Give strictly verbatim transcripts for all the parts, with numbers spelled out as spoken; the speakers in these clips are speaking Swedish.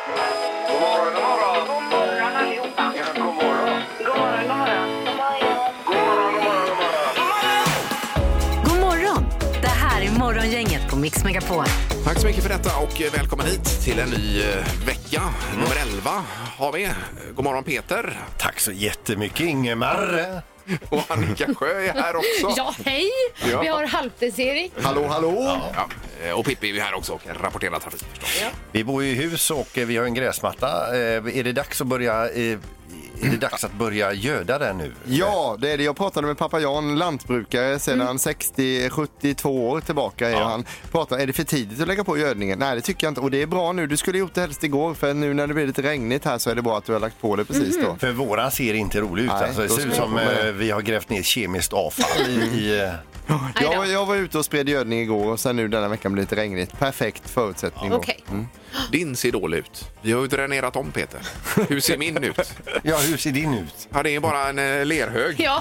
God morgon, god morgon. God morgon allihopa. Ja, god morgon. God morgon, god morgon. God morgon, god morgon, god morgon. God morgon! Det här är Morgongänget på Mix Megapol. Tack så mycket för detta och välkommen hit till en ny eh, vecka. Nummer elva har vi. God morgon Peter. Tack så jättemycket Ingemar. Och Annika Sjö är här också. Ja, hej! Ja. Vi har Halvtids-Erik. Hallå, hallå. Ja, eh, och Pippi är här också och rapporterar trafik förstås. Ja. Vi bor i hus och eh, vi har en gräsmatta. Eh, Är det dags att börja... eh, Är det dags att börja göda den nu? Ja, det är det. Jag pratade med pappa Jan, lantbrukare sedan Mm. sextio sjuttiotvå år tillbaka. Är Ja. han pratar, är det för tidigt att lägga på gödningen? Nej, det tycker jag inte. Och det är bra nu. Du skulle gjort det helst igår, för nu när det blir lite regnigt här så är det bra att du har lagt på det precis då. För våran ser inte rolig ut. Nej, Alltså, det då ser ska ut jag som få med eh, det. vi har grävt ner kemiskt avfall i... i eh, Jag, jag var ute och spred gödning igår och sen nu denna veckan blir det lite regnigt. Perfekt förutsättning då. Okej. Din ser dålig ut. Vi har ju dränerat om Peter. Hur ser min ut? Ja, hur ser din ut? Ja, det är bara en eh, lerhög. Ja.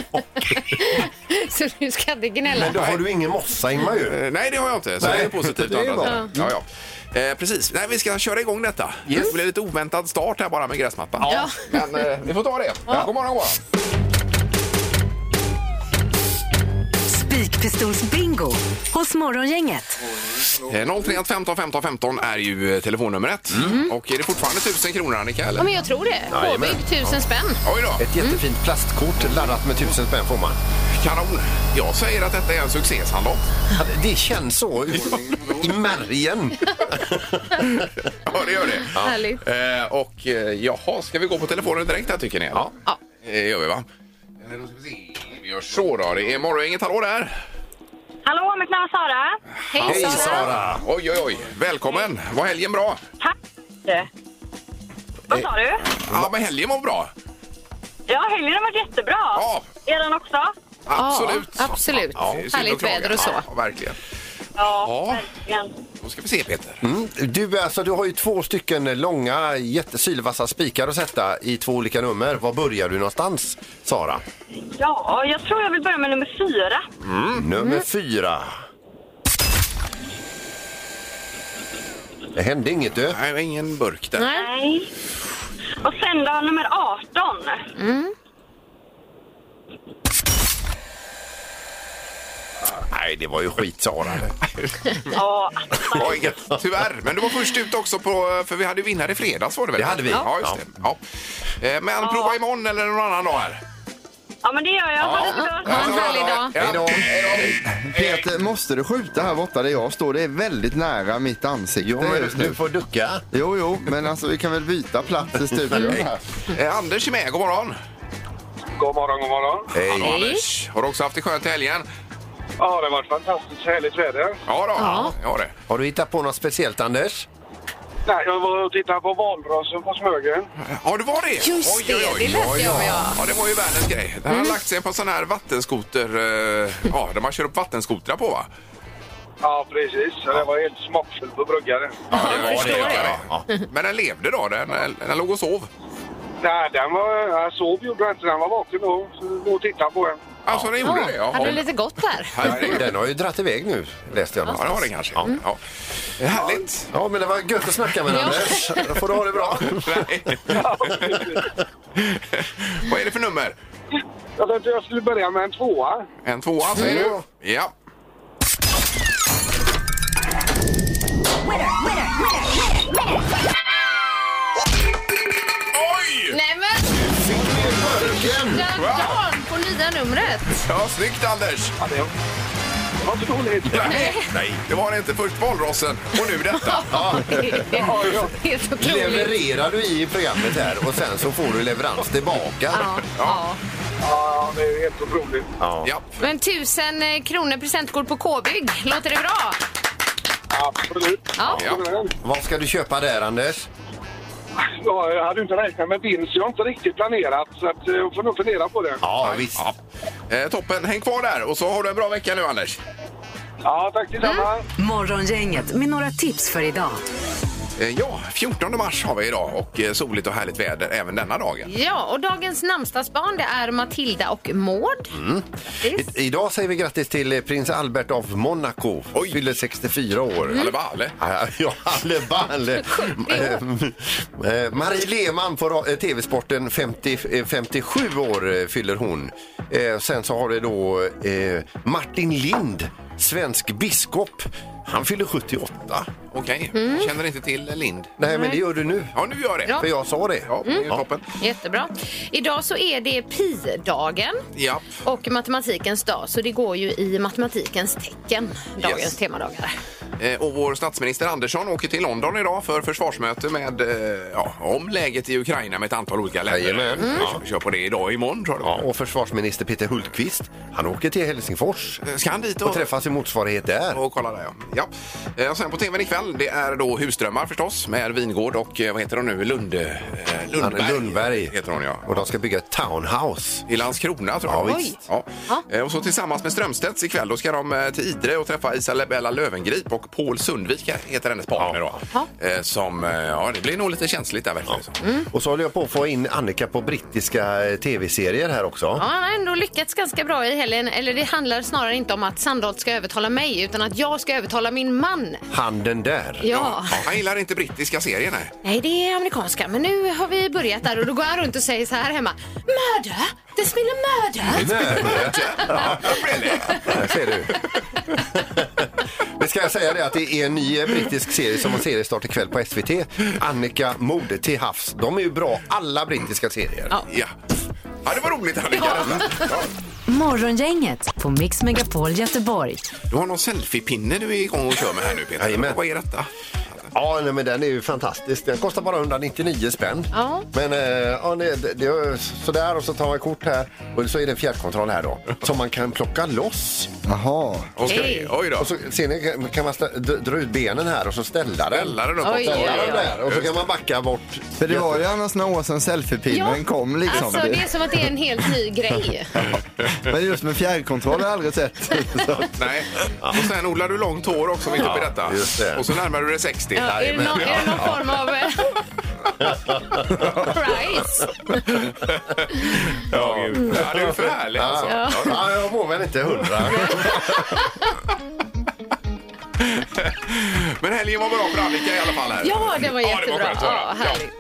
Så du ska inte gnälla. Men då har du ingen mossa, Ingmar ju. Eh, Nej, det har jag inte. Så Nej, det är positivt. det är andra bra. sidan. Ja, ja. Eh, precis. Nej, vi ska köra igång detta. Det blir lite oväntad start här bara med gräsmattan. Ja. Men eh, vi får ta det. Ja. God morgon, god morgon. Spikpistolsbingo hos Morgongänget. Eh, noll tre ett femton femton femton är ju eh, telefonnumret. Och är det fortfarande tusen kronor, Annika? Eller? Ja, men jag tror det. Påbygg tusen spänn. Oj då. Ett jättefint plastkort laddat med tusen spänn får man. Kanon. Jag säger att detta är en succéshandel. Ja, det- Det känns så i i märgen. Ja, det gör det. Härligt. Eh, och eh, jaha, ska vi gå på telefonen direkt här tycker ni? Ja. Ja. Det gör vi va? Eh, då ska vi se. Vi gör så då. Det är morgongänget. Hallå där. Hallå, mitt namn är Sara. Hej, Hej Sara. Sara! Oj, oj, oj. Välkommen. Var helgen bra? Tack. Vad sa du? Ja, men helgen var bra. Ja, helgen har varit jättebra. Ja. Är den också? Absolut. Ja, absolut. Ja, det är synd Härligt att klaga. väder och så. Ja, verkligen. Ja, Ja. verkligen. Då ska vi se, Peter. Mm. Du, alltså, du har ju två stycken långa, jättesylvassa spikar att sätta i två olika nummer. Var börjar du någonstans, Sara? Ja, jag tror jag vill börja med nummer fyra. Mm. Nummer fyra. Det hände inget, du. Nej, ingen burk där. Nej. Nej. Och sen då nummer arton. Nej, det var ju skit, Sara. Ja, Ja, inget. Tyvärr. Men du var först ut också på, för vi hade ju vinnare i fredags var det väl? Det hade vi. Ja, just det. Ja. Eh, Men prova imorgon eller någon annan dag här. ja men det gör jag. Ha det så gott. Ha en härlig dag. Ja. Hej då. Peter, måste du skjuta här borta där jag står? Det är väldigt nära mitt ansikte Jo, men just du nu. får ducka. Jo, jo, men alltså vi kan väl byta plats i studion här. Eh, Anders är med. God morgon. God morgon, god morgon. Hallå, Anders. Har du också haft det skönt i helgen? Ja, det har varit fantastiskt härligt väder. Ja då. Ja. Ja, det. Har du hittat på något speciellt, Anders? Nej, jag var och tittade på valrossen på Smögen. Ja, det var det. Just det, det lät jag med, ja. Ja, det var ju världens grej. Den har lagt sig på sån här vattenskoter, eh, ja, där man kör upp vattenskotrar på, va? Ja, precis. Så det var helt smockfullt på bruggan. Ja, det jag förstår det. Ja. Men den levde då? Den, den låg och sov? Nej, den var... Jag sov gjorde jag inte. Den var vaken då. Så gå och titta på den. Alltså, den gjorde det? Jaha. Hade du lite gott där? Herregud. Den har ju dratt iväg nu, läste jag Ja, det någonstans. var den kanske. Ja. Ja. Det är härligt. Ja, men det var gött att snacka med Ja. Anders. Då får du ha det bra. Nej. Vad är det för nummer? Jag tänkte jag skulle börja med en tvåa. En tvåa, säger du? Ja. Oj! Nej men! Dan på nya numret. Ja, snyggt, Anders. Ja, det det var inte dåligt. Nej, nej, det var det inte. Först valrossen och nu detta. Helt otroligt. Levererar du i programmet här och sen så får du leverans tillbaka. Ja, ja. Ja, det är helt otroligt. Ja. Ja. Men tusen eh, kronor presentkort på K-bygg. Låter det bra? Absolut. Ja. Ja. Vad ska du köpa där, Anders? Ja, jag hade inte räknat med vinst. Jag har inte riktigt planerat. Så att, eh, jag får nog fundera på det. Ja, visst. Ja. Eh, toppen, häng kvar där och så har du en bra vecka nu, Anders. Ja, tack detsamma. Morgongänget med några tips för idag. Eh, Ja, fjortonde mars har vi idag och eh, soligt och härligt väder även denna dagen. Ja, och dagens namnsdagsbarn det är Matilda och Maud. Mm. I, idag säger vi grattis till eh, prins Albert av Monaco. Oj. Fyller sextiofyra år. Mm. Alle balle. Ja, ja, alle balle. Eh, Marie Lehmann på ra- eh, T V-sporten femtio, eh, femtiosju år eh, fyller hon. Eh, sen så har det då eh, Martin Lind, svensk biskop. Han fyller sjuttioåtta. Okej, känner inte till Lind. Nej, men det gör du nu. Ja, nu gör det. Ja. För jag sa det. Ja, det är ju toppen. Jättebra. Idag så är det pi-dagen Ja. och matematikens dag. Så det går ju i matematikens tecken, dagens Yes. temadagar. Eh, Och vår statsminister Andersson åker till London idag för försvarsmöte med, eh, ja, om läget i Ukraina med ett antal olika länder. Jajamän. Mm. Ja, vi kör på det idag imorgon, tror jag. Ja, och försvarsminister Peter Hultqvist, han åker till Helsingfors Eh, Ska han dit och och, träffa sin motsvarighet där. och kolla där, ja. ja. Eh, Och sen på tvn ikväll, det är då Husdrömmar förstås, med Vingård och, eh, vad heter hon nu, Lund, eh, Lundberg. Anne Lundberg. Heter hon, ja. Och de ska bygga ett townhouse. I Landskrona, tror jag. Ja, visst. Ja. Ja. Eh, Och så tillsammans med Strömstedts ikväll, då ska de eh, till Idre och träffa Isabella Löwengrip och Paul Sundvik heter hennes partner då. Ja. Eh, Som, eh, ja, det blir nog lite känsligt där verkligen. Mm. Och så håller jag på att få in Annika på brittiska eh, tv-serier här också. Ja, han har ändå lyckats ganska bra i helgen. Eller det handlar snarare inte om att Sandholt ska övertala mig utan att jag ska övertala min man. Handen där. Ja. Ja, han gillar inte brittiska serier, nej. Nej, det är amerikanska. Men nu har vi börjat där och då går han runt och säger så här hemma. Murder! There's been a murder! Ja, där ser du. Det ska jag säga det att det är en ny brittisk serie som har seriestart ikväll på S V T. Annika, mord till havs. De är ju bra, alla brittiska serier. Ja. Ja. Ja, det var roligt, Annika. Ja. Morgongänget på Mix Megapol Göteborg. Du har någon selfie-pinne du är igång och kör med här nu, Peter. Jajamän. Vad är detta? Ja, nej, men den är ju fantastisk. Den kostar bara etthundranittionio spänn. Ja. Men eh, ja, det, det, det är sådär och så tar man kort här och så är det en fjärrkontroll här då. Som man kan plocka loss. Jaha. Okej, Hej. oj då. Och så ser ni, kan- kan man stä- d- dra ut benen här och så ställa den. Ställa den upp. Oj, också. oj, Ställa oj, den där och så kan man backa bort. För det var ju annars några år sedan selfie-pinnen kom liksom. Alltså det är som att det är en helt ny grej. Men just med fjärrkontroll har jag aldrig sett. Så. Nej. Och sen odlar du långt hår också mitt uppe i detta. just det. Och så närmar du dig sextio. Ja, är, det någon, är det någon form av eh, price? Ja, gud. Ja, det är ju för härligt alltså. Ja. Ja, jag mår väl inte hundra. Men helgen var bra för Annika i alla fall här. Ja, det var Ja, jättebra. skönt att höra. Ja, härligt.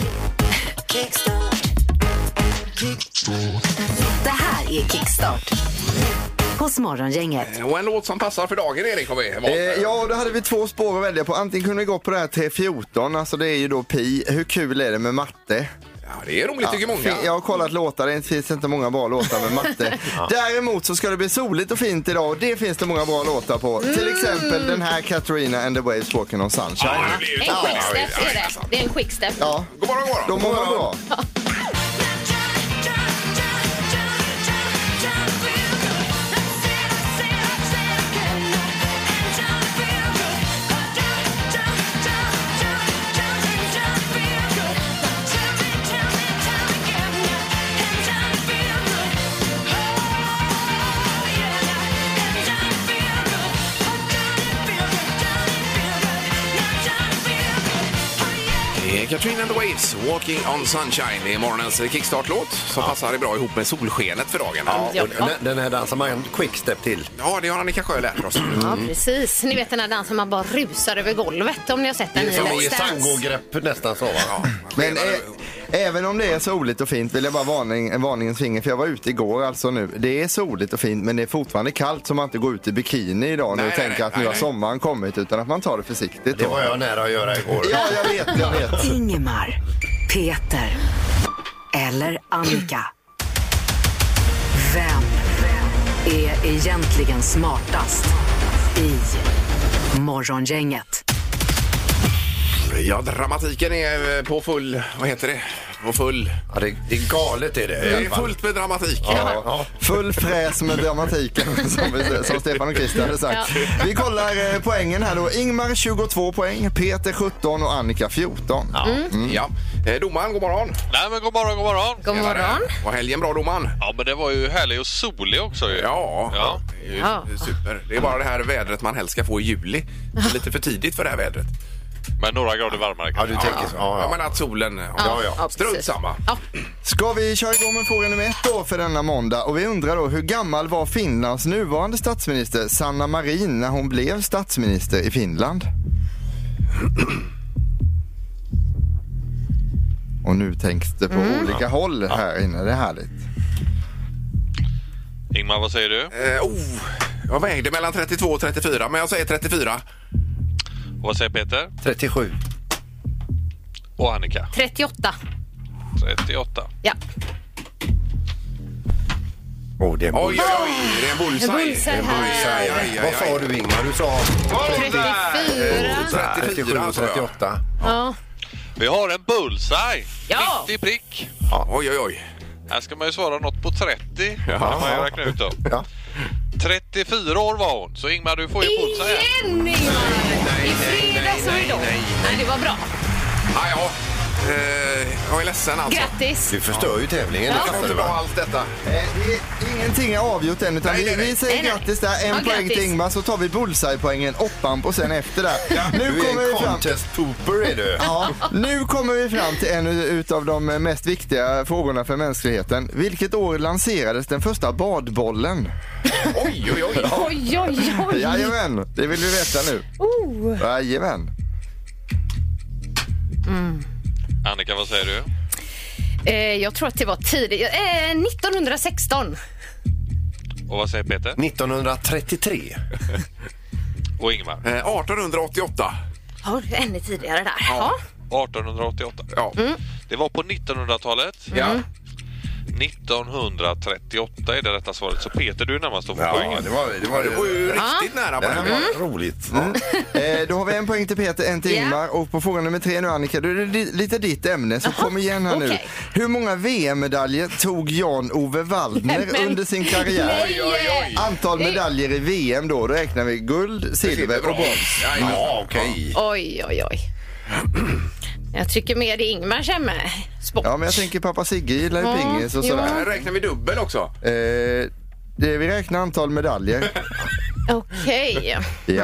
Det här är Kickstart hos Morgongänget. Ja. Och en låt som passar för dagen, Erik, har vi valt. Eh, ja, då hade vi två spår att välja på. Antingen kunde vi gå på det här tre fjorton, alltså det är ju då pi. Hur kul är det med matte? Ja, det är roligt tycker många. fin- Jag har kollat låtar, det finns inte många bra låtar med matte. Däremot så ska det bli soligt och fint idag och det finns det många bra låtar på. Till exempel den här Katarina and the Waves Walking on Sunshine. Ja, det blir ju En toppen. quickstep är det. Det är en quickstep. Ja, God morgon, god morgon. de mår bra. Det är Katrina and the Waves, Walking on Sunshine. Det är morgonens kickstart-låt som passar bra ihop med solskenet för dagen. Ja, och den, den här dansar man en quickstep till. Ja, det har Annika Sjö lärt oss. Ja, precis. Ni vet den här dansen man bara rusar över golvet om ni har sett den i Som Let's i Dance. tango-grepp nästan så va? Ja, Men eh, även om det är soligt och fint vill jag bara varning, en varningens finger, för jag var ute igår alltså nu. Det är soligt och fint men det är fortfarande kallt så man inte går ut i bikini idag nu Nej, och nej, tänker nej, att nu nej, har nej. sommaren kommit, utan att man tar det försiktigt. Det då. var jag nära att göra igår. Ja, jag vet, jag vet. Ingemar, Peter eller Annika. Vem är egentligen smartast i Morgongänget? Ja, dramatiken är på full, vad heter det? På full... Ja, det, det är galet är det. i Det alla är fall. fullt med dramatik. Ja, ja. Full fräs med dramatiken som, vi, som Stefan och Christian hade sagt. Vi kollar eh, poängen här då. Ingmar tjugotvå poäng, Peter sjutton och Annika fjorton. Ja. Mm. Ja. Eh, domaren, god morgon. Nej men god morgon, god morgon. God morgon. Och helgen bra, domaren. Ja men det var ju härligt och solig också ju. Ja, Ja. det är ju Ja. super. Det är bara det här vädret man helst ska få i juli. Lite för tidigt för det här vädret. Men några grader varmare. Ja, du tänker så. Ja, Ja, ja. men att solen... Ja, Ja, ja. Ja, Strunt precis. samma. Ja. Ska vi köra igång med fråga nummer ett då för denna måndag? Och vi undrar då, hur gammal var Finlands nuvarande statsminister Sanna Marin när hon blev statsminister i Finland? Och nu tänks det på olika håll här inne, det är härligt. Ingmar, vad säger du? Eh, oh, jag vägde mellan trettiotvå och trettiofyra, men jag säger trettiofyra. Och vad säger Peter? trettiosju. Och Annika? trettioåtta. trettioåtta. Ja. Åh, det är en Oj, bullseye. oj, oj, det är en bullseye. En bullseye Det är en här. bullseye. Aj, aj, aj. Vad sa du, Ingmar? Du sa trettiofyra. trettiosju och trettioåtta. Ja. Vi har en bullseye! Ja. mitt i prick. Oj, oj, oj. Här ska man ju svara något på trettio. Ja. Kan man ju räkna ut då. Ja. trettiofyra år var hon. Så Ingmar, du får ju bullseye här. Igen Ingmar! I fredags och idag. Nej, det var bra. Ah, ja. Eh, jag är ledsen alltså. Grattis! Du förstör ju tävlingen. Ja. Det Jag får fattar inte du, bra va? allt detta. Eh, det är, ingenting är avgjort än utan Nej, vi, nej, nej. vi säger Nej, nej. grattis där. En Ja, poäng grattis. till Ingmar så tar vi bullseye-poängen oppan på sen efter där. Nu Du kommer är vi en fram. contest pooper är du. Ja, nu kommer vi fram till en utav de mest viktiga frågorna för mänskligheten. Vilket år lanserades den första badbollen? Oj, oj, oj. Oj, oj, oj. Jajamän, det vill vi veta nu. Oh. Jajamän. Annika, vad säger du? Eh, jag tror att det var tidigt. Eh, nittonhundrasexton. Och vad säger Peter? nittonhundratrettiotre. Och Ingmar? Eh, artonhundraåttioåtta. Ja, det är ännu tidigare där. Ja. artonhundraåttioåtta. Ja. Det var på nittonhundratalet. Ja. nittonhundratrettioåtta är det rätta svaret. Så Peter, du är närmast att få Ja, poängen. det var, det var, Det var ju riktigt nära på det här den. var roligt. Eh, då har vi en poäng till Peter, en till Ja. Ingmar. Och på fråga nummer tre nu Annika, då är det li- lite ditt ämne. Så kom igen här nu. okej. Hur många V M-medaljer tog Jan-Ove Waldner Nej, men- under sin karriär? Nej. Antal medaljer i V M då, då räknar vi guld, silver och brons. Ja, Okej. Oj, oj, oj. Jag trycker med i Ingmars ämnesport. Ja, men jag tänker pappa Sigge gillar ju Ja, pingis och jo. sådär. Här räknar vi dubbel också. Eh, det, vi räknar antal medaljer. Okej. Ja.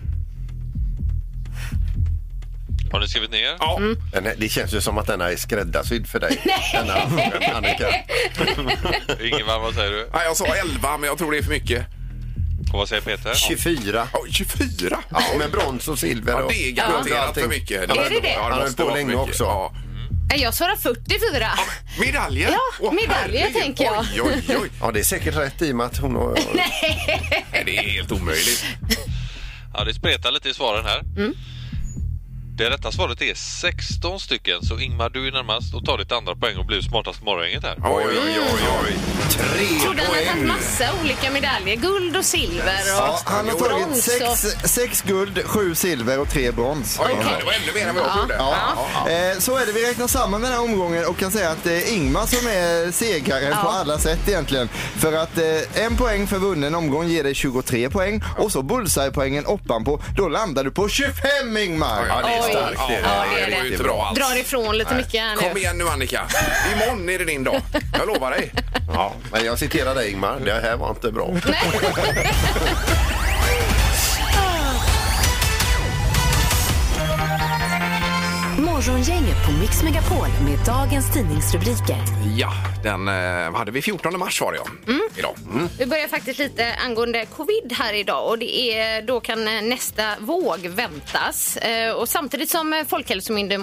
Har ni skrivit ner? Ja. Den här- Det känns ju som att denna är skräddarsydd för dig. Denna frågan, Annika. Ingmar, vad säger du? Ja, jag sa elva, men jag tror det är för mycket. Och vad säger Peter? tjugofyra. Oj, tjugofyra? Ja, med brons och silver. Ja, och det är guld och garanterat allting. för mycket. Ja, Är det det? Ja, Han höll måste på vara för länge mycket. också. Ja. Jag svarar fyrtiofyra. Medaljer? Ja, Åh, medaljer herregud. tänker jag. Oj, oj, oj. Ja, det är säkert rätt i och med att hon har... Nej, det är helt omöjligt. Ja, det spretar lite i svaren här. Mm. Det rätta svaret är sexton stycken. Så Ingmar, du är närmast och tar ditt andra poäng och blir smartast morgongänget här. Oj, oj, oj, oj. Tre Trodde han hade poäng. tagit massa olika medaljer. Guld och silver och Ja, han har tagit brons sex, och... sex guld, sju silver och tre brons. Oj, det var ännu mer än vad jag trodde. Ja. Eh, så är det, vi räknar samman den här omgången och kan säga att det är Ingmar som är segraren Ja. på alla sätt egentligen. För att eh, en poäng för vunnen omgång ger dig tjugotre poäng och så bullseye-poängen oppan på, då landar du på tjugofem Ingmar! Ja, det är Oj. starkt. Det är Ja, det. det är det var ju inte bra alls. Drar ifrån lite mycket här nu. Kom igen nu, Annika. Imorgon är det din dag. Jag lovar dig. Ja, men jag citerar dig, Ingmar. Det här var inte bra. Morgongänget på Mix Megapol med dagens tidningsrubriker. Ja, den eh, hade vi fjortonde mars var det ja. Idag. Mm. Vi börjar faktiskt lite angående covid här idag och det är, då kan nästa våg väntas. Eh, och samtidigt som Folkhälsomyndigheten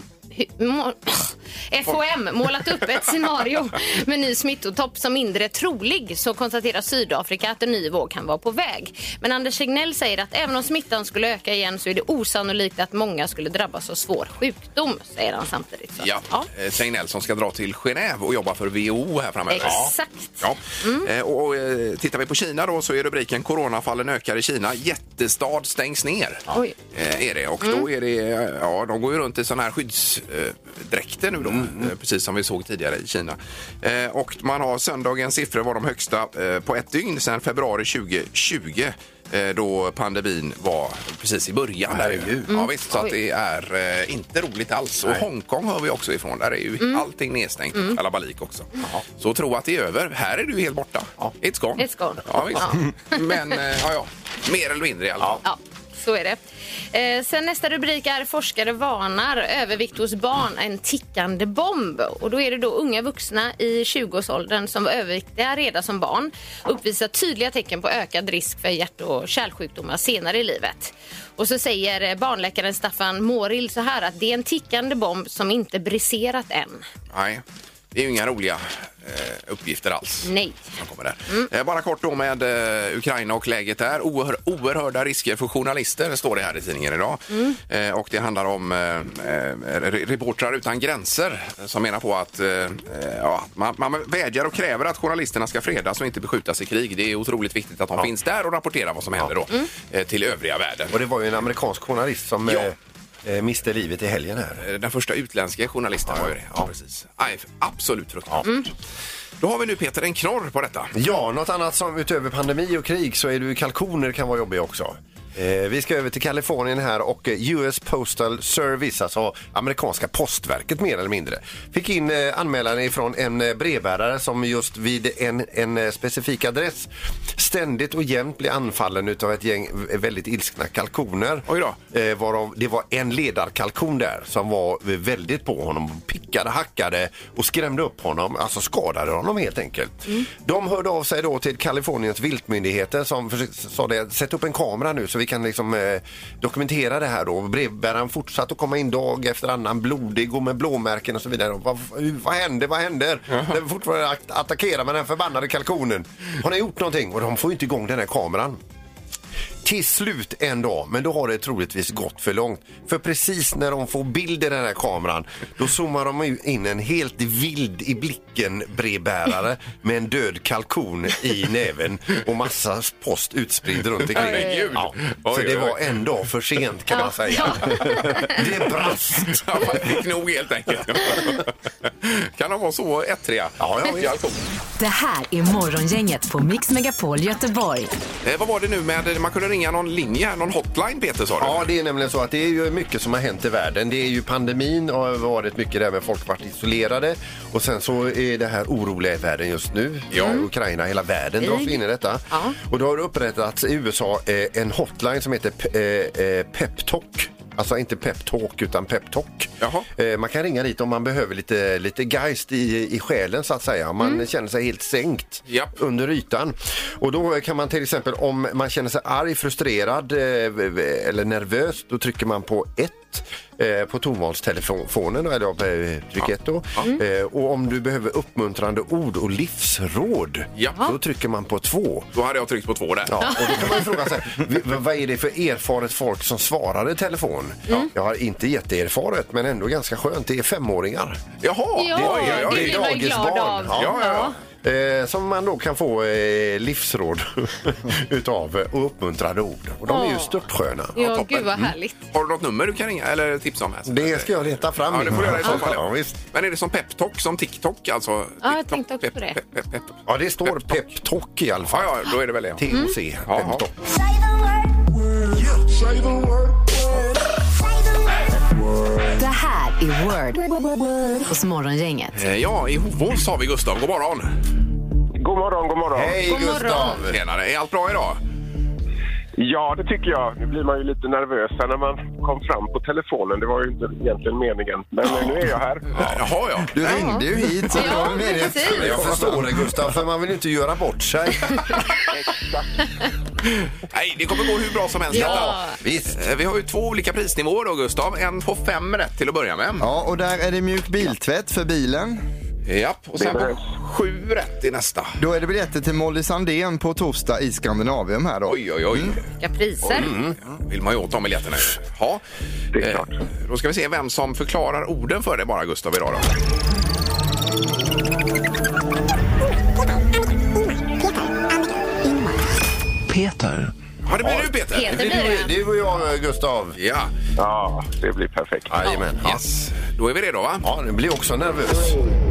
F H M målat upp ett scenario med ny smittotopp som mindre trolig, så konstaterar Sydafrika att en ny våg kan vara på väg. Men Anders Tegnell säger att även om smittan skulle öka igen så är det osannolikt att många skulle drabbas av svår sjukdom, säger han samtidigt. Så. Ja, Ja. eh, Tegnell som ska dra till Genève och jobba för W H O här framöver. Exakt. Ja. Eh, och, och eh, tittar vi på Kina då så är rubriken Coronafallen ökar i Kina. Jättestad stängs ner. Oj. Eh, är det. Och då är det, eh, ja de går ju runt i sådana här skyddsdräkter nu då. Eh, precis som vi såg tidigare i Kina. Eh, och man har söndagens siffror var de högsta eh, på ett dygn sedan februari tjugo tjugo. eh, Då pandemin var precis i början. Där ju. Ja, visst, så att det är eh, inte roligt alls. Och Hongkong hör vi också ifrån. Där är ju allting nedstängt. Mm. Kalabalik också. Så tro att det är över. Här är du helt borta. It's gone. It's gone. Ja, visst. Men, eh, ja, ja. Mer eller mindre i alla fall. Ja. Så är det. Eh, sen nästa rubrik är forskare varnar övervikt hos barn, en tickande bomb. Och då är det då unga vuxna i tjugoårsåldern som var överviktiga redan som barn uppvisar tydliga tecken på ökad risk för hjärt- och kärlsjukdomar senare i livet. Och så säger barnläkaren Staffan Mårild så här att det är en tickande bomb som inte briserat än. Nej. Det är ju inga roliga eh, uppgifter alls. Nej. Som kommer där. Mm. Eh, bara kort då med eh, Ukraina och läget där. Oerhör, oerhörda risker för journalister står det här i tidningen idag. Mm. Eh, och det handlar om eh, reportrar utan gränser som menar på att eh, ja, man, man vädjar och kräver att journalisterna ska fredas och inte beskjutas i krig. Det är otroligt viktigt att de ja. finns där och rapporterar vad som händer då mm. eh, till övriga världen. Och det var ju en amerikansk journalist som... Ja. Eh, miste livet i helgen här. Den första utländska journalisten ja, var ju det. Ja, precis. Aj, absolut fruktansvärt. Mm. Då har vi nu Peter en knorr på detta. Ja, något annat som utöver pandemi och krig så är det ju kalkoner kan vara jobbiga också. Eh, vi ska över till Kalifornien här och U S Postal Service, alltså amerikanska postverket mer eller mindre, fick in eh, anmälan ifrån en eh, brevbärare som just vid en, en eh, specifik adress ständigt och jämt blir anfallen utav ett gäng väldigt ilskna kalkoner. Oj då. Eh, varav det var en ledarkalkon där som var väldigt på honom, pickade, hackade och skrämde upp honom, alltså skadade honom helt enkelt. Mm. De hörde av sig då till Kaliforniens viltmyndigheter som sa det, sätt upp en kamera nu så vi kan liksom eh, dokumentera det här då. Brevbäraren fortsatte att komma in dag efter annan blodig och med blåmärken och så vidare. Vad, vad händer? Vad händer? Uh-huh. Det är fortfarande att attackera med den förbannade kalkonen. Har ni gjort någonting? Och de får inte igång den här kameran. Till slut en dag, men då har det troligtvis gått för långt. För precis när de får bild i den här kameran, då zoomar de in en helt vild i blicken brevbärare med en död kalkon i näven och massa post utspridd runt omkring. Ja, så det var en dag för sent kan man säga. Det brast. Ja, man fick nog helt enkelt. Kan de vara så ettriga? Ja, ja, ja. Det här är Morgongänget på Mix Megapol Göteborg. Eh, vad var det nu med, man kunde ringa någon linje, någon hotline Peter sa du? Ja, det är nämligen så att det är ju mycket som har hänt i världen. Det är ju pandemin och har varit mycket där med folk varit isolerade. Och sen så är det här oroliga i världen just nu. Ja. Ukraina, hela världen dras in i detta. Ja. Och då har det upprättats i U S A eh, en hotline som heter eh, eh, Peptalk. Alltså inte peptalk utan peptalk. Eh, man kan ringa dit om man behöver lite, lite geist i, i själen så att säga. Man mm. känner sig helt sänkt yep. under ytan. Och då kan man till exempel, om man känner sig arg, frustrerad eh, eller nervös, då trycker man på ett eh, på tomvalstelefonen eller på eh, tryck ett då. Mm. Eh, och om du behöver uppmuntrande ord och livsråd, ja. då trycker man på två. Då hade jag tryckt på två där. Ja, och då kan man ju fråga sig, vad är det för erfaret folk som svarar i telefon? Mm. Jag har inte jätteerfaret, men ändå ganska skönt. Det är femåringar. Jaha, ja, det, är, det, det är dagisbarn. Ja, ja, ja. Eh, som man då kan få eh, livsråd utav eh, och uppmuntrande ord. Och de är ju störtsköna. Ja, ja gud vad härligt. Mm. Har du något nummer du kan ringa eller tipsa om här? Det ska jag leta fram. Ja, det får du göra i så fall. Ja, visst. Men är det som Peptalk, som TikTok alltså? Ja, jag tänkte också på det. Pep, pep, pep. Ja, det står Peptalk i alla fall. Ja, ja, då är det väl det. T O C. Mm. Peptalk. Det här är Word hos Morgongänget. Ja, i Hovås har vi Gustav. God morgon. God morgon, god morgon. Hej god Gustav. Tjenare. Är allt bra idag? Ja, det tycker jag. Nu blir man ju lite nervös när man kom fram på telefonen. Det var ju inte egentligen meningen. Men nu är jag här. Ja, jaha, ja. Du ringde ju hit. Så ja, det var precis. Jag förstår det Gustav, för man vill inte göra bort sig. Exakt. Nej, det kommer gå hur bra som helst. Ja. Visst. Vi har ju två olika prisnivåer då, Gustav. En på fem rätt till att börja med. Ja, och där är det mjuk biltvätt för bilen. Ja, och sen på sju rätt i nästa. Då är det biljetter till Molly Sandén på torsdag i Skandinavium här då. Oj, oj, oj. Vilka priser. Mm. Ja, vill man ju åt de biljetterna. Ja. Det är klart. Eh, då ska vi se vem som förklarar orden för det bara, Gustav, idag då. Peter. Ja, det blir du, Peter. Peter Det blir är det. du och jag, Gustav. Ja. Ja, det blir perfekt. Jajamän. Ja. Yes. Då är vi redo, va? Ja, det blir också nervös.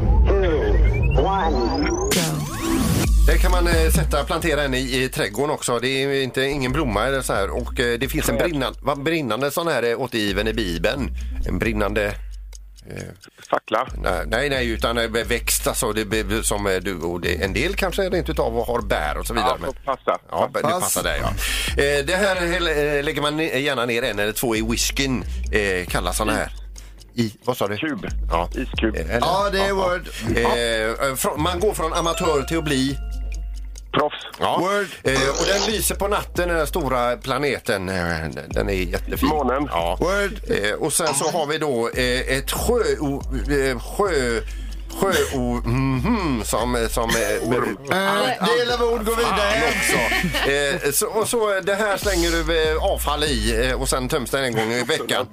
Där kan man eh, sätta, plantera en i, i trädgården också. Det är inte ingen blomma eller så här. Och eh, det finns en brinnande, vad brinnande sån här eh, återgiven i Bibeln. En brinnande Fackla. Nej, nej, nej, utan eh, växt alltså, det, som eh, du, och det, en del kanske rent utav och har bär och så vidare. Ja, får passa. Ja, det Pass. passar där, ja. Eh, det här eh, lägger man gärna ner en eller två i whiskyn, eh, kallas såna här. I, vad sa du? Kub. Ja. Iskub. Eh, eller? Ja, det är Word. Eh, från, man går från amatör till att bli... Proffs. Ja. Word. Eh, och den lyser på natten, den här stora planeten. Eh, den är jättefin. Månen. Ja. Word. Eh, och sen så har vi då eh, ett sjö... Eh, sjö Sjö... Mm, som... som eh, Eh, del av ord går vidare. också. Eh, så, och så det här slänger du eh, avfall i eh, och sen töms den en gång i veckan.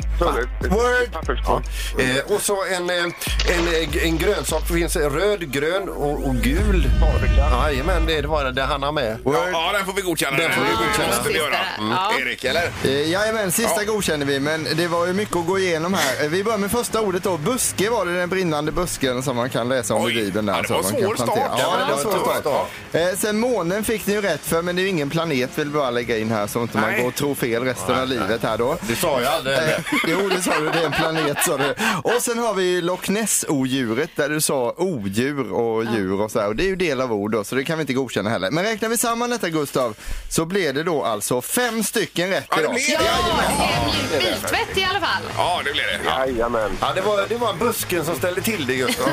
Word. Ja. Eh, och så en, eh, en, en grönsak, det finns röd, grön och, och gul. Jajamän, det var det han har med. Ja, ja, den får vi godkänna. Den får vi godkänna. Det måste vi göra. Mm. Ja. Erik, eller? Eh, Jajamän, sista Ja. godkände vi, men det var ju mycket att gå igenom här. Eh, Vi börjar med första ordet då. Buske var det, den brinnande busken som man kan läsa om Oj. i Bibeln där. Ja, det så var man svår kan plantera. start. Ja, det Ja, var det var svår tuff start. Eh, sen månen fick ni ju rätt för, men det är ju ingen planet, vill bara lägga in här så inte man Nej. går och tror fel resten av livet här då. Det sa jag aldrig. Eh, jo, det sa du, det är en planet sa du. Och sen har vi ju Loch Ness-odjuret där du sa odjur och djur och så här. Och det är ju del av ord då, så det kan vi inte godkänna heller. Men räknar vi samman detta, Gustav, så blir det då alltså fem stycken rätt Ja, det idag. blir det. Ja, en mjuk biltvätt i alla fall. Ja, det blir det. Ja. Jajamän. Ja, det var, det var busken som ställde till det, Gustav.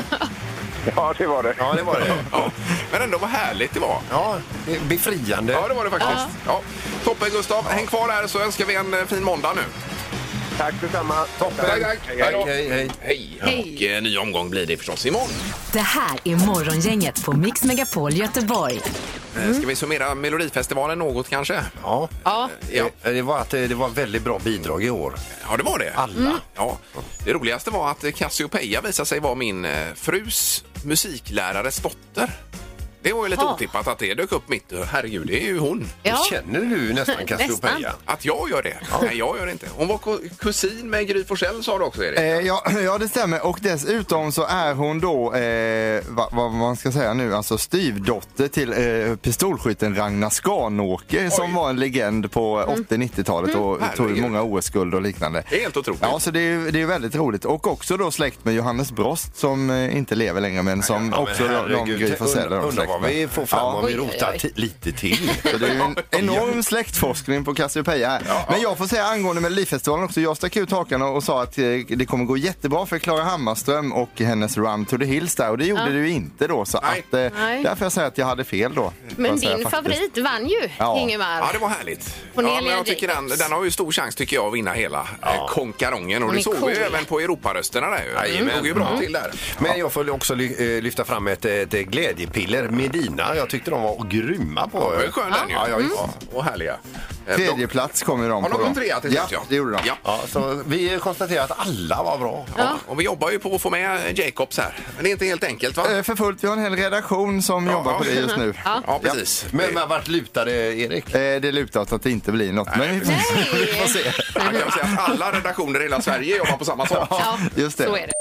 Ja, det var det. Ja, det var det. Ja. Men ändå vad härligt det var. Ja, det är befriande. Ja, det var det faktiskt. Ja. Toppen, Gustav. Häng kvar där så önskar vi en eh, fin måndag nu. Tack detsamma. Toppen. Tack, tack. Hej då. Hej, hej. Hej. Hej. Och eh, ny omgång blir det förstås imorgon. Det här är Morgongänget på Mix Megapol Göteborg. Mm. Ska vi summera Melodifestivalen något kanske? Ja. Ja. Ja. Eh, Det var att det var väldigt bra bidrag i år. Ja, det var det. Alla. Ja. Det roligaste var att Cassiopeia visade sig vara min eh, frus musiklärares dotter. Det var ju lite Ja. otippat att det dök upp mitt. Herregud, det är ju hon. Ja. Känner du nästan Cassiopeia? Nästan. Att jag gör det? Nej, jag gör det inte. Hon var ko- kusin med Gry Forssell, sa du också, Erik. Eh, ja, ja, det stämmer. Och dessutom så är hon då, eh, vad, vad man ska säga nu, alltså styvdotter till eh, pistolskytten Ragnar Skanåker som var en legend på åttio-nittiotalet och tog Herregud. många O S-guld och liknande. Det är helt otroligt. Ja, så det är, det är väldigt roligt. Och också då släkt med Johannes Brost som eh, inte lever längre, men som Ja, också men de, de herregud, Gry Forssell är de undrar släkt vad med. vi får fram Ja. om vi Oj, oj, rotar oj. ti- lite till. Så det är ju en enorm släktforskning på Cassiopeia här. Men jag får säga angående Melodifestivalen också, jag stack ut hakan och sa att eh, det kommer gå jättebra för Klara Hammarström och hennes Run to the Hills där, och det gjorde Ja. det ju inte då, så Nej. att eh, Nej. därför jag säger att jag hade fel då. får Men jag säga din faktiskt. favorit vann ju, Ja. Ingemar. Ja, det var härligt. Cornelia Ja, men jag tycker den, Jacobs. den har ju stor chans tycker jag att vinna hela ja. konkarongen. Och Hon det är såg vi cool. ju även på Europarösterna där ju. Jajamän. Det låg ju bra till där. Men jag får också ly- eh, lyfta fram ett, ett glädjepiller, Medina. Jag tyckte de var grymma på. Det var ju skön den ju. Ja, ja, visst. Och härliga. Eh, Tredje plats kommer de Har på. de då. kom trea till Ja, slut, ja. det gjorde de. Ja. Ja, så vi konstaterar att alla var bra. Ja. Och vi jobbar ju på att få med Jacobs här. Men det är inte helt enkelt, va? Eh, För fullt, vi har en hel redaktion som jobbar på det just nu. Ja, precis. Men, men vart lutade Erik? Eh, Det lutar åt att det inte blir något, men vi får, Nej. vi får se. Man kan väl säga att alla redaktioner i hela Sverige jobbar på samma sak. Ja, Just det. så är det.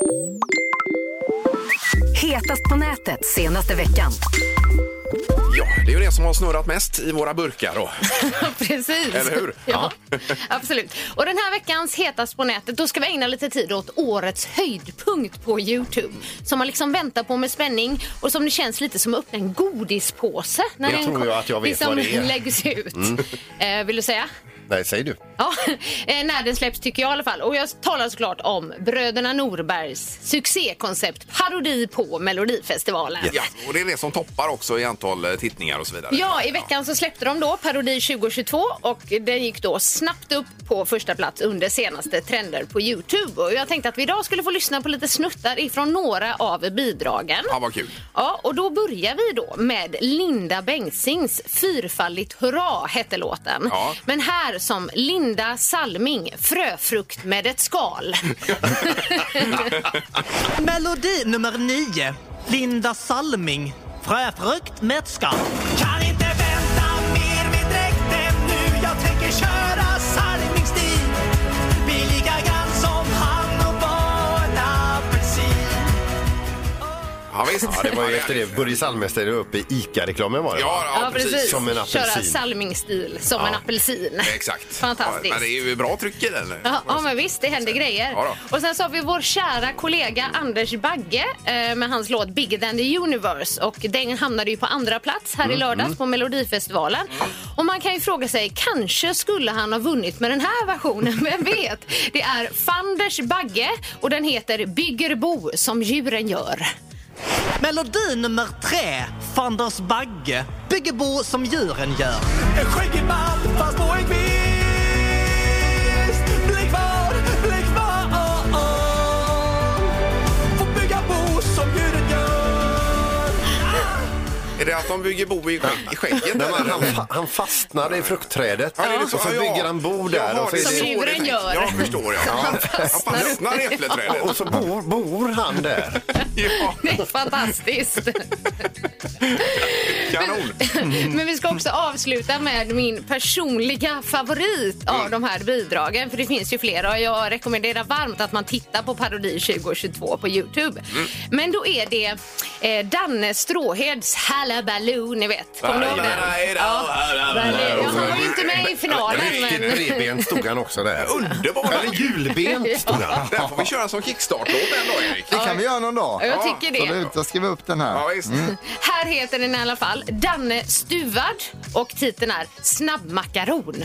Hetast på nätet senaste veckan. Ja, det är ju det som har snurrat mest i våra burkar då. Precis. Eller hur? Ja, absolut. Och den här veckans hetast på nätet, då ska vi ägna lite tid åt årets höjdpunkt på YouTube. Som man liksom väntar på med spänning och som det känns lite som att öppna en godispåse. När Jag den tror ju att jag vet liksom vad det är. läggs ut. Eh, vill du säga? Nej, säg du. Ja, eh, när den släpps tycker jag i alla fall. Och jag talar såklart om Bröderna Norbergs succékoncept parodi på Melodifestivalen. Ja, och det är det som toppar också i antal eh, tittningar och så vidare. Ja, i veckan så släppte de då parodi tjugohundratjugotvå och den gick då snabbt upp på första plats under senaste trender på YouTube. Och jag tänkte att vi idag skulle få lyssna på lite snuttar ifrån några av bidragen. Ja, vad kul. Ja, och då börjar vi då med Linda Bengtzings Fyrfaldigt hurra hette låten. Ja. Men här som Linda Salming, Fröfrukt med ett skal. Melodi nummer nio. Linda Salming. Fröfrukt med ett skal. Kan inte vänta mer med dräkten nu. Jag tänker köra Salming-stil. Bli lika grann som han och bara apelsin. Ja, visst. Ja, det var ju efter det. Börje Salming ställde upp i ICA-reklamen var det. Ja, ja, Ja, precis. Som en apelsin. Köra Salming-stil som Ja. en apelsin. Exakt. Fantastiskt. Ja, men det är ju bra tryck i den. Ja, ja, men visst, det händer grejer. Ja Och sen så har vi vår kära kollega Anders Bagge eh, med hans låt Bigger than the Universe. Och den hamnade ju på andra plats här i lördags på Melodifestivalen. Och man kan ju fråga sig, kanske skulle han ha vunnit med den här versionen, vem vet? Det är Fanders Bagge och den heter Bygger bo som djuren gör. Melodi nummer tre, Fanders Bagge, bygger bo som djuren gör. En skäggig man fast på en kvist. Bli kvar, bli kvar. Får bygga bo som djuren gör. Är det att de bygger bo i, skägg, i skägget? Nej, men eller? han, fa- han fastnade i fruktträdet Ja, det är så. och så Ja, bygger han bo där. Jaha, och så det är är Som det, så djuren det är tänkt. gör. Jag förstår, ja. Han fastnar i äppleträdet. och så bor, bor han där. Ja, Det är fantastiskt. kanon. Men vi ska också avsluta med min personliga favorit av de här bidragen. För det finns ju flera och jag rekommenderar varmt att man tittar på Parodi tjugo tjugotvå på YouTube. Men då är det eh, Danne Stråheds Hallabaloo, ni vet. Kommer ni ihåg den? Ja. Jag var ju inte med i finalen. Riktigt Men... bredbent stod han också där. Underbart. Eller julbent stod han. Den får vi köra som kickstart-låt en dag, Erik. Det kan vi göra någon dag. Jag tycker det. Absolut, jag skriver upp den här. Ja, visst. Här heter den i alla fall Danne Stuvad och titeln är Snabbmakaron.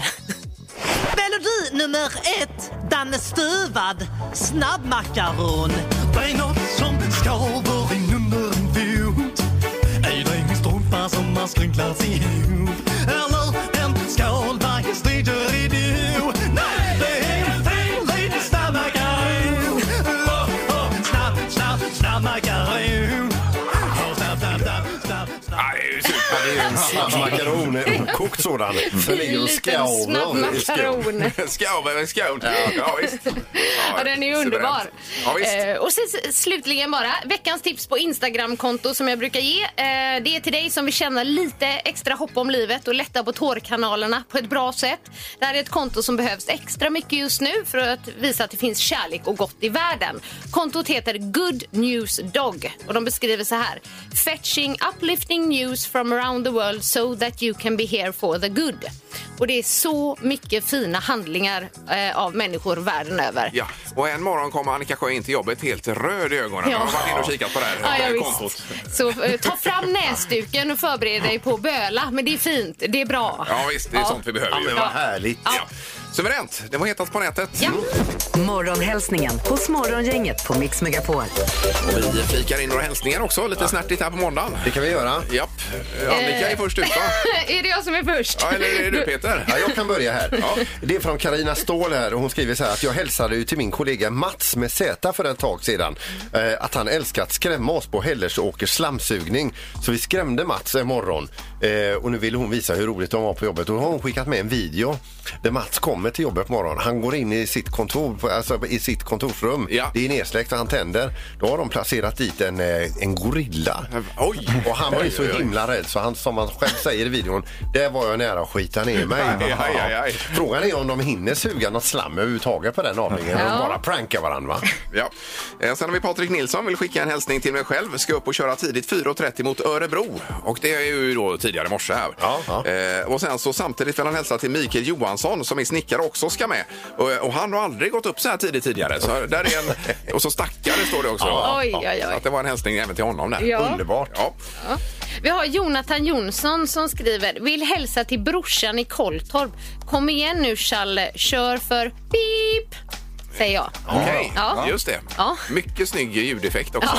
Melodi nummer ett, Danne Stuvad, snabbmakaron. Det är något som skaver inunder en fot. Är det en strumpa som har skrynklats ihop? Eller en skålbagge stiger i do? Nej, det är en fin liten snabbmakaron. Oh, oh, snabb, snabb, snabbmakaron. Oh, snabb, snabb, snabb, snabb, snabb. Ja, det är ju super. Det är ju en snabbmakaron, en okokt sådan. För det är ju En liten skaver. snabbmakaron. Skål, en skål. Ja, visst. Ja, den är underbar. Ja, visst. Eh, och sen, slutligen bara, veckans tips på Instagramkonto som jag brukar ge. Eh, det är till dig som vill känna lite extra hopp om livet och lätta på tårkanalerna på ett bra sätt. Det här är ett konto som behövs extra mycket just nu för att visa att det finns kärlek och gott i världen. Kontot heter Good News Dog och de beskriver så här: Fetching uplifting news from around the world so that you can be here for the good. Och det är så mycket fina handlingar eh, av människor världen över. Ja, och en morgon kommer Annika Sjö in till jobbet helt röd i ögonen. Ja. Jag har varit inne och kikat på det här Ja, ja, kontot. visst. Så eh, ta fram näsduken och förbered dig på böla. Men det är fint, det är bra. Ja, visst, det är Ja. sånt vi behöver. Ja, ju. men vad härligt. Ja. Ja. Suveränt, det var hetast på nätet. Ja. Morgonhälsningen hos Morgongänget på Mix Megapol. Och vi fikar in några hälsningar också, lite snärtigt här på måndagen. Det kan vi göra. Japp, Annika är först ut, va? Är det jag som är först? Ja, eller är det du, Peter? Ja, jag kan börja här. Det är från Carina Ståhl här och hon skriver så här att jag hälsade ju till min kollega Mats med Z för ett tag sedan eh, att han älskar att skrämma oss på Hellersåkers slamsugning. Så vi skrämde Mats en morgon eh, och nu vill hon visa hur roligt de var på jobbet och då har hon skickat med en video där Mats kommer till jobbet på morgonen. Han går in i sitt kontor, alltså i sitt kontorsrum. Ja. Det är nedsläckt och han tänder. Då har de placerat dit en, eh, en gorilla. Oj! Och han var ju så himla rädd så han, som han själv säger i videon, där var jag nära att skita ner mig. Aj, aj, aj, aj. Frågan är om de hinner suga något slam överhuvudtaget på den avningen. Ja. De bara prankar varandra, va? Ja. Eh, Sen har vi Patrik Nilsson, vill skicka en hälsning till mig själv. Ska upp och köra tidigt fyra trettio mot Örebro. Och det är ju då tidigare morse här. Ja, ja. Eh, och sen så samtidigt vill han hälsa till Mikael Johansson som är snickare också ska med. Och, och han har aldrig gått upp så här tidigt tidigare. Så där är en, och så stackare står det också. Oj, oj, oj. Så att det var en hälsning även till honom där. Ja. Underbart. Ja. Ja. Vi har Jonathan Jonsson som skriver: vill hälsa till brorsan i Kolltorp. Kom igen nu, Challe. Kör för pip. Säger jag. Okej, Ja. just det. Ja. Mycket snygg ljudeffekt också.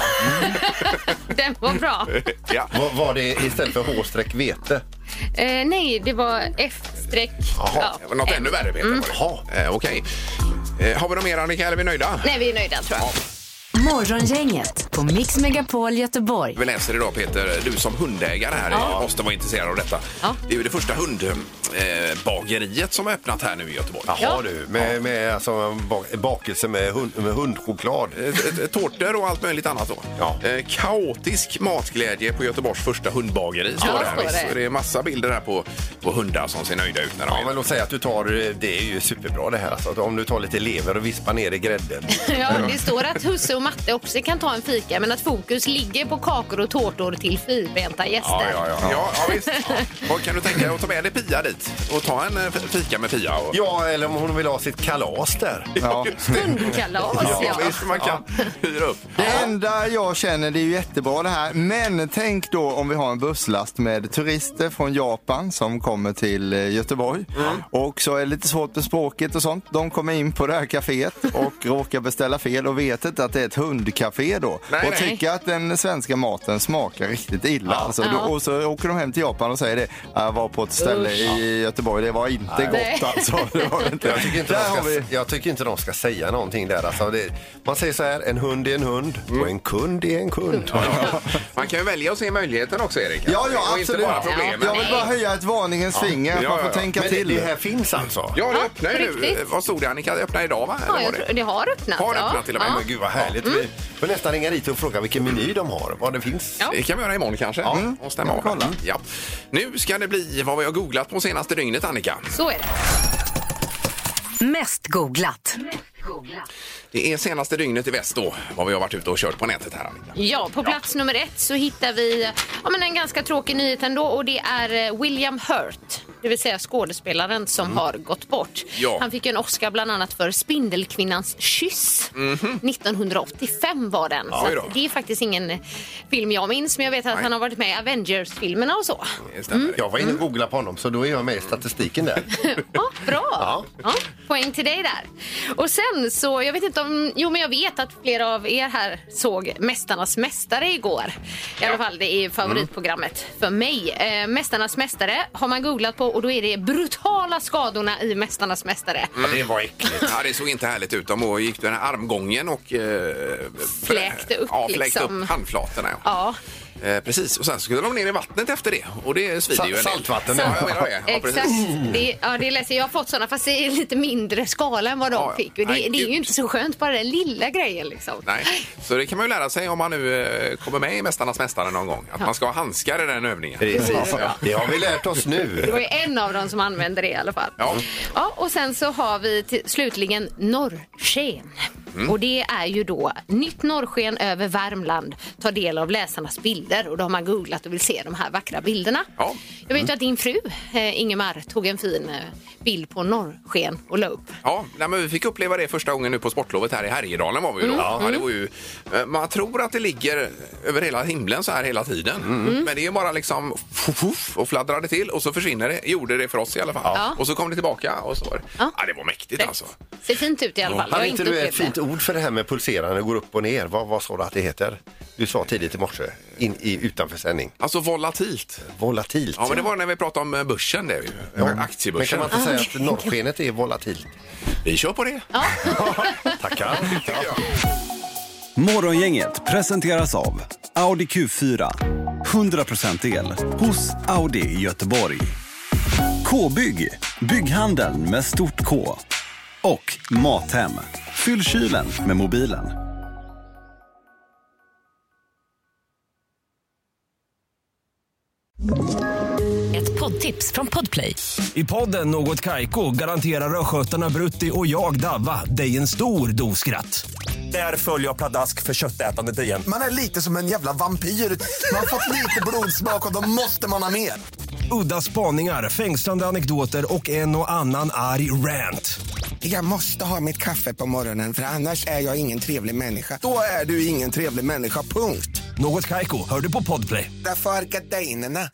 Den var bra. Ja. Var, var det istället för H-vete? Eh, nej, det var F-streck. Jaha. Det var något ännu värre, Peter. Mm. Var det. Eh, Okej. Eh, har vi något mer, Annika? Eller är vi nöjda? Nej, vi är nöjda tror jag. Morgongänget på Mix Megapol Göteborg. Vi läser idag, Peter, du som hundägare här Ja. måste vara intresserad av detta. Ja. Det är ju det första hund, eh, bageriet som har öppnat här nu i Göteborg. Jaha Ja. du, med, med alltså, bak, bakelse med, hund, med hundchoklad. Eh, Tårtor och allt möjligt annat då. Ja. Eh, kaotisk matglädje på Göteborgs första hundbageri. Står Ja, det, här. står det. Så det är massa bilder här på, på hundar som ser nöjda ut när de Ja, är. men låt säga att du tar, det är ju superbra det här. Alltså, att om du tar lite lever och vispar ner i grädden. Ja, det står att husse och matte också kan ta en fika, men att fokus ligger på kakor och tårtor till fyrbenta gäster. Ja, ja, ja. ja, ja visst. Och kan du tänka dig att ta med dig Pia dit och ta en eh, fika med Pia? Och... Ja, eller om hon vill ha sitt kalas där. Ja. Hundkalas, Ja, ja. visst, man kan hyra upp. Det enda jag känner, det är ju jättebra det här, men tänk då om vi har en busslast med turister från Japan som kommer till eh, Göteborg och så är det lite svårt med språket och sånt. De kommer in på det här kaféet och råkar beställa fel och vet inte att det är ett hundcafé då Nej, och nej. tycker att den svenska maten smakar riktigt illa. Alltså, då, Ja. och så åker de hem till Japan och säger det, jag var på ett ställe i Göteborg, det var inte Nej. gott alltså. Det var det inte. Jag tycker inte, Där de har ska, vi... jag tycker inte de ska säga någonting där. Alltså, det, man säger så här, en hund är en hund och en kund är en kund. Man kan ju välja att se möjligheten också, Erik. Ja, ja, Och inte absolut. bara problemen. Jag vill bara höja ett varningens finger, Ja, man får ja, ja. tänka Men det, till. det här finns alltså? Ja, det Ja, öppnar ju på nu. riktigt. Vad stod det, Annika? Det öppnar idag, va? Eller Ja, var jag det? tror, det har öppnat. Har ja. öppnat till och med. Ja. Men gud vad härligt. Vi får nästan ringa dit och fråga vilken meny de har, vad det finns. Ja. Det kan vi göra imorgon kanske. Ja. Och stämma Ja, av. kolla. Ja. Nu ska det bli vad vi har googlat på senaste dygnet, Annika. Så är det. Mest googlat. Det är senaste dygnet i väst då, vad vi har varit ute och kört på nätet här, Annika. Ja, på plats nummer ett så hittar vi ja, men en ganska tråkig nyhet ändå och det är eh, William Hurt, det vill säga skådespelaren som har gått bort. Ja. Han fick ju en Oscar bland annat för Spindelkvinnans kyss. nittonhundraåttiofem var den. Så Oj då. att det är faktiskt ingen film jag minns, men jag vet att Nej. han har varit med i Avengers-filmerna och så. Det stämmer. Jag var inne och googlade på honom så då är jag med i statistiken där. Ja, bra. Ja. Ja, poäng till dig där. Och sen så, jag vet inte om, jo men jag vet att flera av er här såg Mästarnas mästare igår. I alla fall, det är favoritprogrammet för mig. Eh, Mästarnas mästare har man googlat på och då är det brutala skadorna i Mästarnas mästare. Ja, det var äckligt. Ja, det såg inte härligt ut. De gick den här armgången och eh, Fläkte upp ja, fläkte liksom. upp handflatorna. Ja. Ja. Eh, precis, och sen skulle de ner i vattnet efter det. Och det svider Sa- ju en del. saltvatten, Ja, ja. jag menar det. Ja, Exakt. precis. Det, ja, det är lätt. Jag har fått sådana fast det är lite mindre skala än vad de Ja, ja. fick. Och det, Nej, det är ju gud. inte så skönt, bara den lilla grejen liksom. Nej, så det kan man ju lära sig om man nu eh, kommer med i Mästarnas mästare någon gång. Att man ska ha handskar i den övningen. Precis. Ja. Det har vi lärt oss Det nu. var ju en av dem som använde det i alla fall. Ja. Ja, och sen så har vi till, slutligen norrsken. Mm. Och det är ju då nytt norrsken över Värmland. Ta del av läsarnas bilder och då har man googlat och vill se de här vackra bilderna. Ja. Jag vet ju att din fru eh, Ingemar tog en fin eh, bild på norrsken och la upp. Ja, nej, men vi fick uppleva det första gången nu på sportlovet här i Härjedalen var vi ju då. Ja, det var ju, eh, man tror att det ligger över hela himlen så här hela tiden. Men det är ju bara liksom fuff, fuff, och fladdrade till och så försvinner det. Gjorde det för oss i alla fall. Ja. Och så kom det tillbaka och så var det. Ja, Ja. det var mäktigt alltså. Ser fint ut i alla fall. Jag Har har inte inte du ett upplevt fint det. ord för det här med pulserande, går upp och ner? Vad, vad sa du att det heter? Du sa tidigt i morse, in, i, utanför sändning. Alltså volatilt. Volatilt. Ja, men det var när vi pratade om eh, börsen, det är ju. Ja. Men Aktiebörsen. kan man inte säga att norrskenet är volatilt? Vi kör på det. Tackar. Morgongänget presenteras av Audi Q fyra. hundra procent el hos Audi i Göteborg. K-bygg, bygghandeln med stort K. Och Mathem, fyll kylen med mobilen. Ett poddtips från Podplay. I podden Något Kaiko garanterar östgötarna Brutti och jag Davva dig en stor dos skratt. Där följer jag pladask för köttätandet igen. Man är lite som en jävla vampyr. Man har fått lite blodsmak och då måste man ha mer. Udda spaningar, fängslande anekdoter och en och annan arg rant. Jag måste ha mitt kaffe på morgonen för annars är jag ingen trevlig människa. Då är du ingen trevlig människa, punkt. Något Kaiko, hör du på Podplay. Därför är gardinerna.